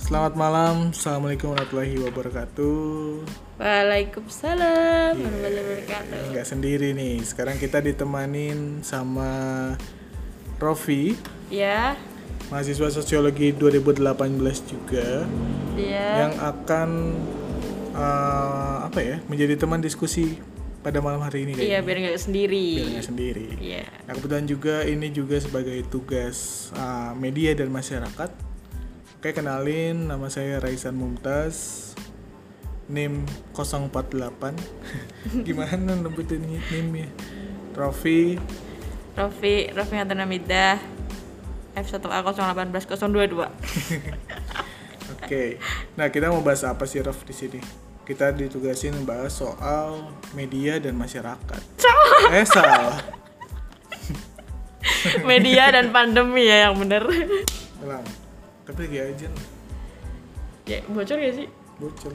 Selamat malam, Assalamualaikum warahmatullahi wabarakatuh. Waalaikumsalam warahmatullahi wabarakatuh. Nggak sendiri nih, sekarang kita ditemanin sama Rofi, Ya, mahasiswa sosiologi 2018 juga, dia yang akan menjadi teman diskusi pada malam hari ini iya kayaknya. biar nggak sendiri. Biar nggak sendiri. Iya. Nah, kebetulan juga ini juga sebagai tugas media dan masyarakat. Oke, kenalin, nama saya Raisan Mumtaz, NIM 048. Gimana nembutin NIM-nya? Rofi Hatana Midah F1A 018 022. Oke. Nah, kita mau bahas apa sih, Rof, di sini? Kita ditugasin bahas soal media dan masyarakat. Salah. Media dan pandemi ya yang bener. Ulang. Tapi lagi aja nih. Ya, bocor gak sih? Bocor.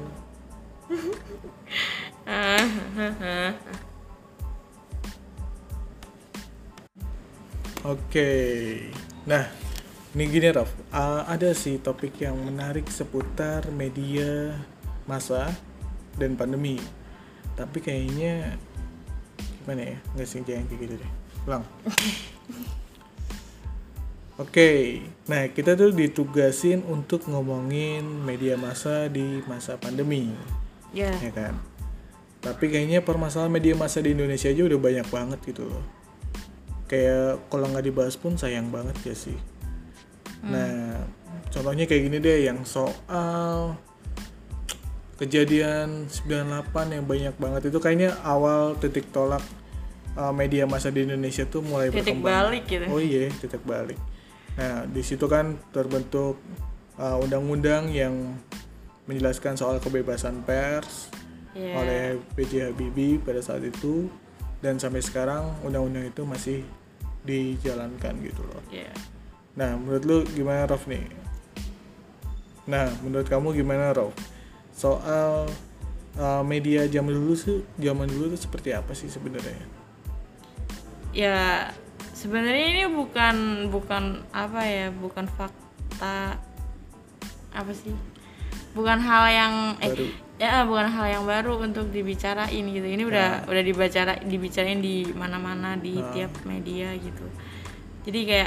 Oke. Nah, ini gini, Rof. Ada sih topik yang menarik seputar media massa dan pandemi. Tapi kayaknya gimana ya? Nggak sih, jangan kayak gitu deh. Ulang. Oke, nah kita tuh ditugasin untuk ngomongin media massa di masa pandemi, Ya. ya kan? Tapi kayaknya permasalahan media massa di Indonesia aja udah banyak banget gitu loh. Kayak kalau nggak dibahas pun sayang banget ya sih. Nah, contohnya kayak gini deh, yang soal kejadian 98 yang banyak banget itu kayaknya awal titik tolak media massa di Indonesia tuh mulai Titik berkembang. balik gitu. Oh iya, titik balik. Nah, di situ kan terbentuk undang-undang yang menjelaskan soal kebebasan pers Ya. oleh B.J. Habibie pada saat itu, dan sampai sekarang undang-undang itu masih dijalankan gitu loh. Ya. Nah, menurut lu gimana, Rof, nih? Nah, menurut kamu gimana, Rof? Soal media zaman dulu tuh seperti apa sih sebenarnya? Ya, sebenarnya ini bukan apa ya, bukan fakta apa sih? Bukan hal yang Baru. bukan hal yang baru untuk dibicarain gitu. Ini udah dibicarain di mana-mana di tiap media gitu. Jadi kayak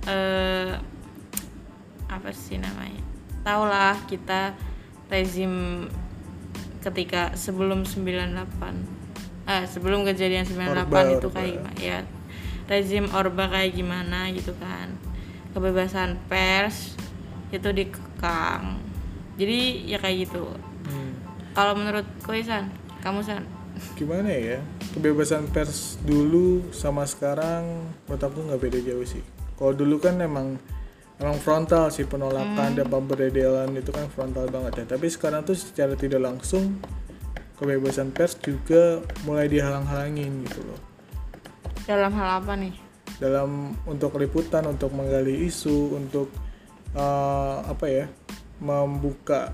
apa sih namanya? Taulah kita rezim ketika sebelum 98 sebelum kejadian 98 itu kayak gimana ya, rezim Orba kayak gimana gitu kan, kebebasan pers itu dikekang, jadi ya kayak gitu. Kalau menurut kamu San Gimana ya, kebebasan pers dulu sama sekarang menurut aku nggak beda jauh sih. Kalau dulu kan emang frontal sih penolakan dan pemberedelan itu kan frontal banget ya. Tapi sekarang tuh secara tidak langsung kebebasan pers juga mulai dihalang-halangin gitu loh. dalam hal apa nih? Dalam untuk liputan, untuk menggali isu, untuk membuka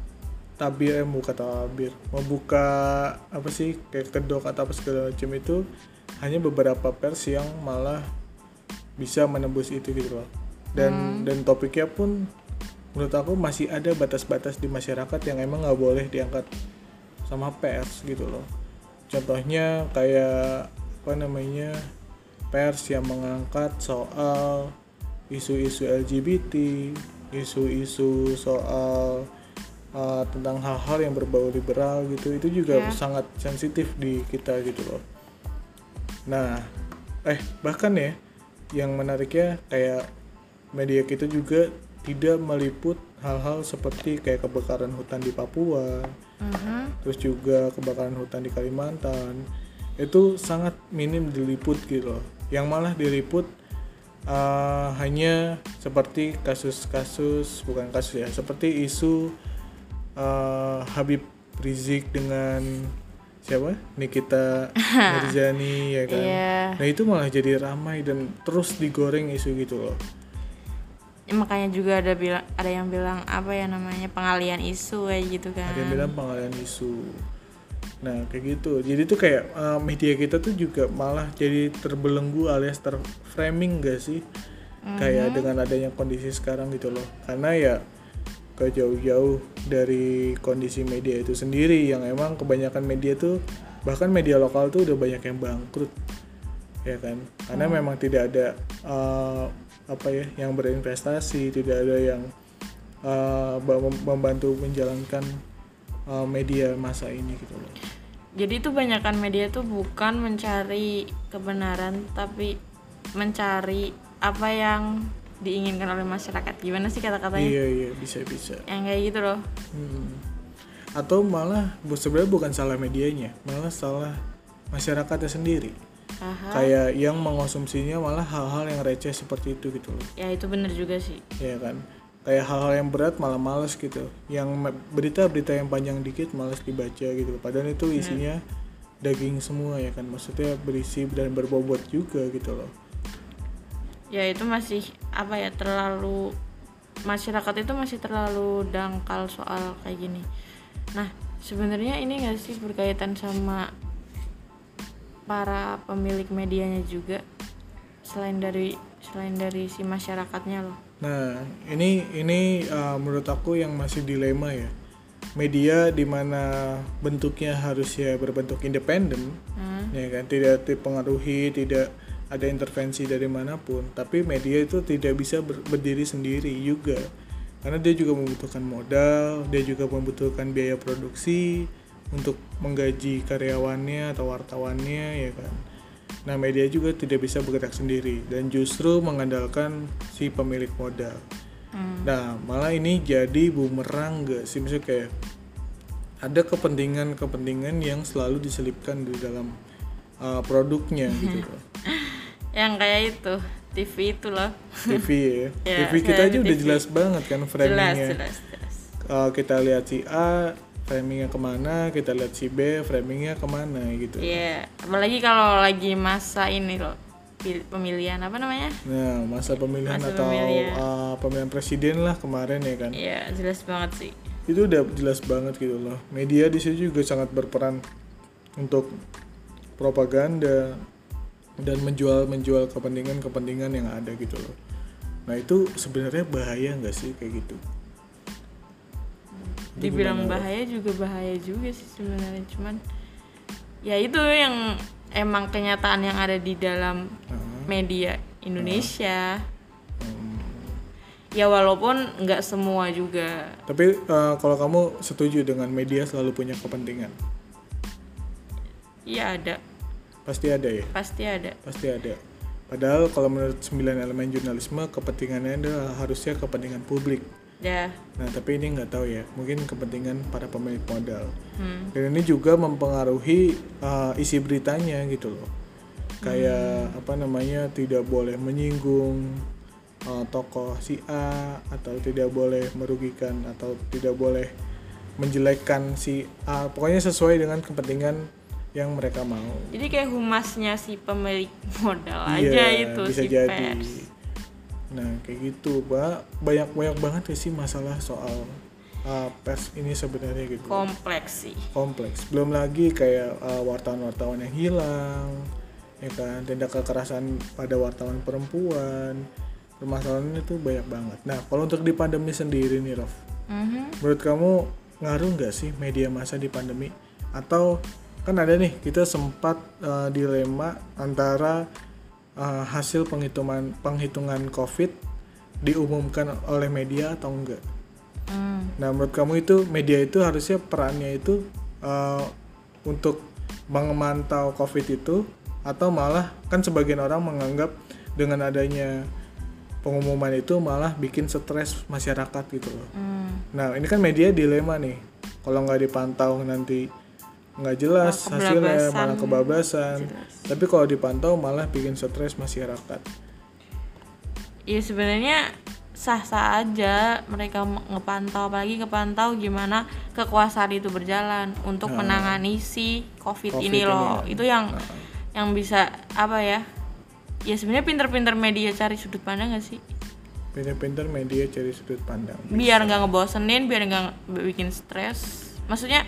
membuka apa sih kayak kedok atau apa segala macam, itu hanya beberapa pers yang malah bisa menembus itu gitu loh. Dan topiknya pun menurut aku masih ada batas-batas di masyarakat yang emang nggak boleh diangkat sama pers gitu loh. Contohnya kayak pers yang mengangkat soal isu-isu LGBT, isu-isu soal tentang hal-hal yang berbau liberal gitu, itu juga sangat sensitif di kita gitu loh. Nah, bahkan ya yang menariknya kayak media kita juga tidak meliput hal-hal seperti kayak kebakaran hutan di Papua, terus juga kebakaran hutan di Kalimantan, itu sangat minim diliput gitu loh. Yang malah diliput hanya seperti seperti isu Habib Rizik dengan Nikita Mirzani ya kan. Nah, itu malah jadi ramai dan terus digoreng isu gitu loh. Makanya juga ada yang bilang apa ya namanya, pengalian isu kayak gitu kan. Ada yang bilang pengalian isu. Nah kayak gitu. Jadi tuh kayak media kita tuh juga malah jadi terbelenggu alias terframing gak sih? Kayak dengan adanya kondisi sekarang gitu loh. Karena ya ke jauh-jauh dari kondisi media itu sendiri, yang emang kebanyakan media tuh, bahkan media lokal tuh udah banyak yang bangkrut ya kan, karena memang tidak ada yang berinvestasi, tidak ada yang membantu menjalankan media masa ini gitu loh. Jadi itu banyakkan media tuh bukan mencari kebenaran, tapi mencari apa yang diinginkan oleh masyarakat. Gimana sih kata-katanya? Iya bisa. Yang kayak gitu loh. Atau malah sebenarnya bukan salah medianya, malah salah masyarakatnya sendiri. Kayak yang mengonsumsinya malah hal-hal yang receh seperti itu gitu loh. Ya itu benar juga sih. Iya kan. Kayak hal-hal yang berat malah males gitu, yang berita-berita yang panjang dikit males dibaca gitu, padahal itu isinya daging semua ya kan, maksudnya berisi dan berbobot juga gitu loh. Ya itu masih terlalu, masyarakat itu masih terlalu dangkal soal kayak gini. Nah sebenarnya ini nggak sih berkaitan sama para pemilik medianya juga, selain dari si masyarakatnya loh. Nah, ini menurut aku yang masih dilema ya. Media di mana bentuknya harus ya berbentuk independen, ya kan, tidak dipengaruhi, tidak ada intervensi dari manapun. Tapi media itu tidak bisa berdiri sendiri juga, karena dia juga membutuhkan modal, dia juga membutuhkan biaya produksi untuk menggaji karyawannya atau wartawannya, ya kan. Nah, media juga tidak bisa bergerak sendiri dan justru mengandalkan si pemilik modal. Nah, malah ini jadi bumerang gak sih? Misalnya kayak ada kepentingan yang selalu diselipkan di dalam produknya gitu loh. Yang kayak itu, TV itu loh. TV ya. Ya, TV kita aja udah TV. jelas banget kan framingnya. Jelas. Kita lihat si A, framingnya kemana, kita lihat si B, framingnya kemana gitu. Iya, apalagi kalau lagi masa ini loh, pemilihan apa namanya? Nah, masa pemilihan pemilihan presiden lah kemarin ya kan. Iya, jelas banget sih. Itu udah jelas banget gitu loh. Media di situ juga sangat berperan untuk propaganda dan menjual kepentingan yang ada gitu loh. Nah, itu sebenarnya bahaya nggak sih kayak gitu? Dibilang bahaya juga sih sebenarnya, cuman ya itu yang emang kenyataan yang ada di dalam media Indonesia. Ya walaupun nggak semua juga. Tapi kalau kamu setuju dengan media selalu punya kepentingan? Iya ada. Pasti ada ya? Pasti ada. Padahal kalau menurut 9 elemen jurnalisme, kepentingannya adalah harusnya kepentingan publik. Ya. Nah, tapi ini nggak tahu ya, mungkin kepentingan para pemilik modal. Dan ini juga mempengaruhi isi beritanya gitu loh. Kayak tidak boleh menyinggung tokoh si A, atau tidak boleh merugikan, atau tidak boleh menjelekkan si A. Pokoknya sesuai dengan kepentingan yang mereka mau. Jadi kayak humasnya si pemilik modal aja itu bisa si jadi. pers. Nah kayak gitu, banyak banget sih masalah soal pers ini sebenarnya gitu. Kompleks. Belum lagi kayak wartawan yang hilang, ya kan, tindak kekerasan pada wartawan perempuan, permasalahannya itu banyak banget. Nah kalau untuk di pandemi sendiri nih Rof, menurut kamu ngaruh nggak sih media massa di pandemi? Atau kan ada nih, kita sempat dilema antara hasil penghitungan COVID diumumkan oleh media atau enggak. Nah menurut kamu itu media itu harusnya perannya itu untuk memantau COVID itu, atau malah kan sebagian orang menganggap dengan adanya pengumuman itu malah bikin stres masyarakat gitu loh. Nah ini kan media dilema nih, kalau nggak dipantau nanti nggak jelas hasilnya, malah kebablasan. Tapi kalau dipantau malah bikin stres masyarakat. Iya sebenarnya sah-sah aja mereka ngepantau, apalagi kepantau gimana kekuasaan itu berjalan untuk menangani si COVID ini loh. Itu yang bisa ya sebenarnya pinter-pinter media cari sudut pandang nggak sih? Pinter-pinter media cari sudut pandang. Biar nggak ngebosenin, biar nggak bikin stres. Maksudnya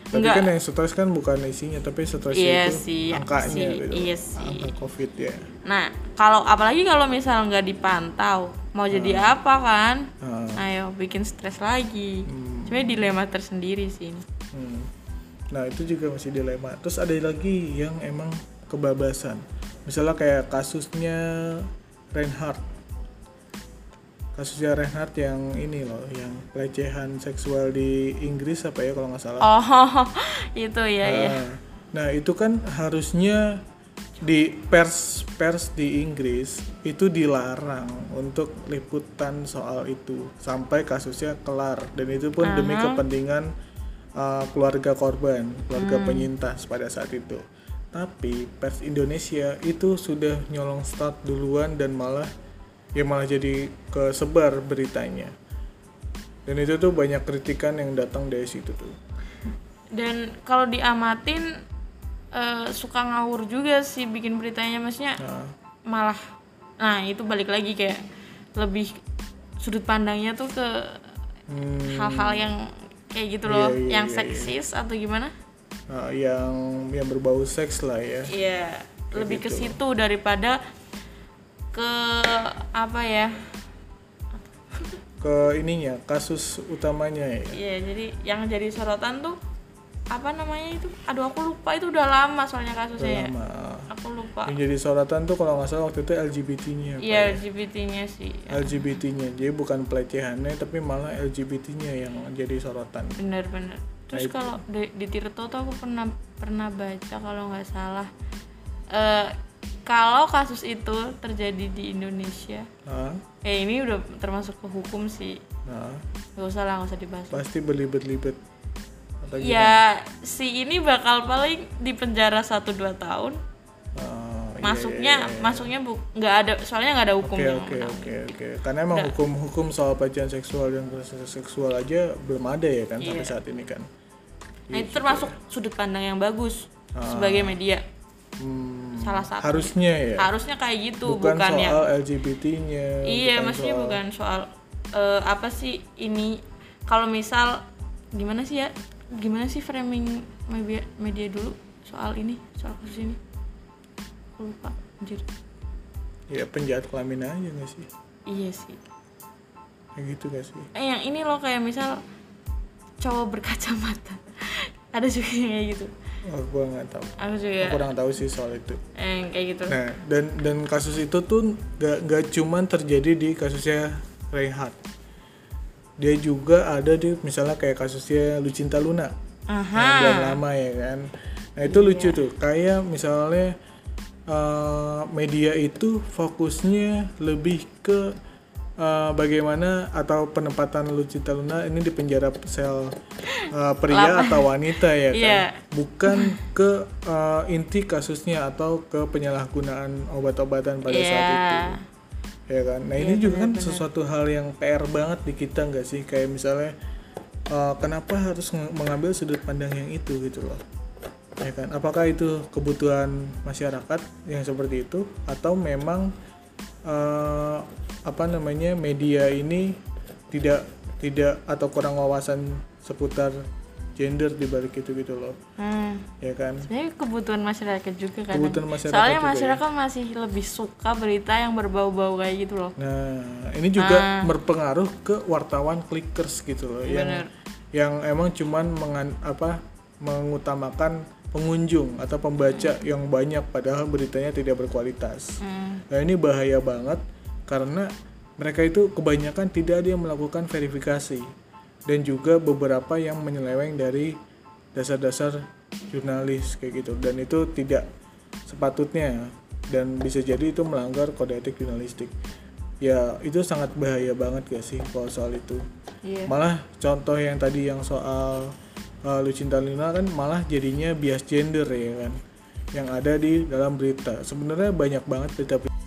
Tapi kan yang stres kan bukan isinya, tapi stresnya itu sih, angkanya gitu. Iya sih. Angka COVID ya. Nah, apalagi kalau misal nggak dipantau, mau jadi apa kan? Ayo bikin stres lagi. Sebenarnya dilema tersendiri sih ini. Nah, itu juga masih dilema. Terus ada lagi yang emang kebebasan. Misalnya kayak kasusnya Reinhardt. Kasusnya Reinhardt yang ini loh, yang pelecehan seksual di Inggris apa ya kalau nggak salah. Oh, itu ya. Nah, itu kan harusnya di pers di Inggris itu dilarang untuk liputan soal itu sampai kasusnya kelar, dan itu pun demi kepentingan keluarga korban, keluarga penyintas pada saat itu. Tapi pers Indonesia itu sudah nyolong start duluan dan malah jadi kesebar beritanya. Dan itu tuh banyak kritikan yang datang dari situ tuh. Dan kalau diamatin suka ngawur juga sih bikin beritanya, maksudnya malah itu balik lagi kayak lebih sudut pandangnya tuh ke hal-hal yang kayak gitu loh, yang seksis atau gimana? Yang berbau seks lah ya. Iya, lebih gitu. Ke situ daripada ke apa ya? Ke ininya, kasus utamanya ya. Iya, jadi yang jadi sorotan tuh apa namanya itu? Aduh, aku lupa, itu udah lama soalnya kasusnya. Lama. Aku lupa. Yang jadi sorotan tuh kalau nggak salah waktu itu LGBT-nya. Iya, LGBT-nya sih. LGBT-nya, jadi bukan pelecehannya tapi malah LGBT-nya yang jadi sorotan. Benar-benar. Terus kalau di Tirto tuh aku pernah baca kalau nggak salah, kalau kasus itu terjadi di Indonesia, ini udah termasuk ke hukum sih. Nggak usah dibahas. Pasti berlibet-libet. Ya, si ini bakal paling di penjara 1-2 tahun. Masuknya nggak ada, soalnya nggak ada hukumnya. Oke. Karena emang hukum soal pelecehan seksual dan kekerasan seksual aja belum ada ya kan sampai saat ini kan. Nah, itu termasuk sudut pandang yang bagus sebagai media. Salah satu. Harusnya kayak gitu, bukan soal yang LGBT-nya. Iya, maksudnya bukan soal apa sih ini, kalau misal gimana sih framing media dulu soal kasus ini. Aku lupa, anjir. Ya penjahat kelamin aja nggak sih? Iya sih. Kayak gitu nggak sih? Yang ini loh kayak misal cowok berkacamata. Ada juga yang kayak gitu. Gua nggak tahu. Aku juga. Aku kurang tahu sih soal itu. Kayak gitu. Nah, dan kasus itu tuh nggak cuman terjadi di kasusnya Reinhardt. Dia juga ada di misalnya kayak kasusnya Lucinta Luna. Yang belum lama ya kan. Nah, itu lucu tuh. Kayak misalnya media itu fokusnya lebih ke bagaimana atau penempatan Lucinta Luna ini di penjara sel pria atau wanita ya kan, bukan ke inti kasusnya atau ke penyalahgunaan obat-obatan pada saat itu ya kan. Nah ini juga kan sesuatu hal yang PR banget di kita nggak sih, kayak misalnya kenapa harus mengambil sudut pandang yang itu gitu loh ya kan. Apakah itu kebutuhan masyarakat yang seperti itu atau memang media ini tidak atau kurang wawasan seputar gender di balik itu gitu loh. Ya kan. Sebenarnya kebutuhan masyarakat juga kan. juga Soalnya masyarakat masih lebih suka berita yang berbau-bau kayak gitu loh. Nah, ini juga berpengaruh ke wartawan clickers gitu loh. Yang emang cuman mengutamakan pengunjung atau pembaca yang banyak padahal beritanya tidak berkualitas. Nah, ini bahaya banget karena mereka itu kebanyakan tidak ada yang melakukan verifikasi dan juga beberapa yang menyeleweng dari dasar-dasar jurnalis kayak gitu, dan itu tidak sepatutnya dan bisa jadi itu melanggar kode etik jurnalistik. Ya itu sangat bahaya banget gak sih kalau soal itu. Malah contoh yang tadi yang soal Lucinta Luna kan malah jadinya bias gender ya kan yang ada di dalam berita. Sebenarnya banyak banget berita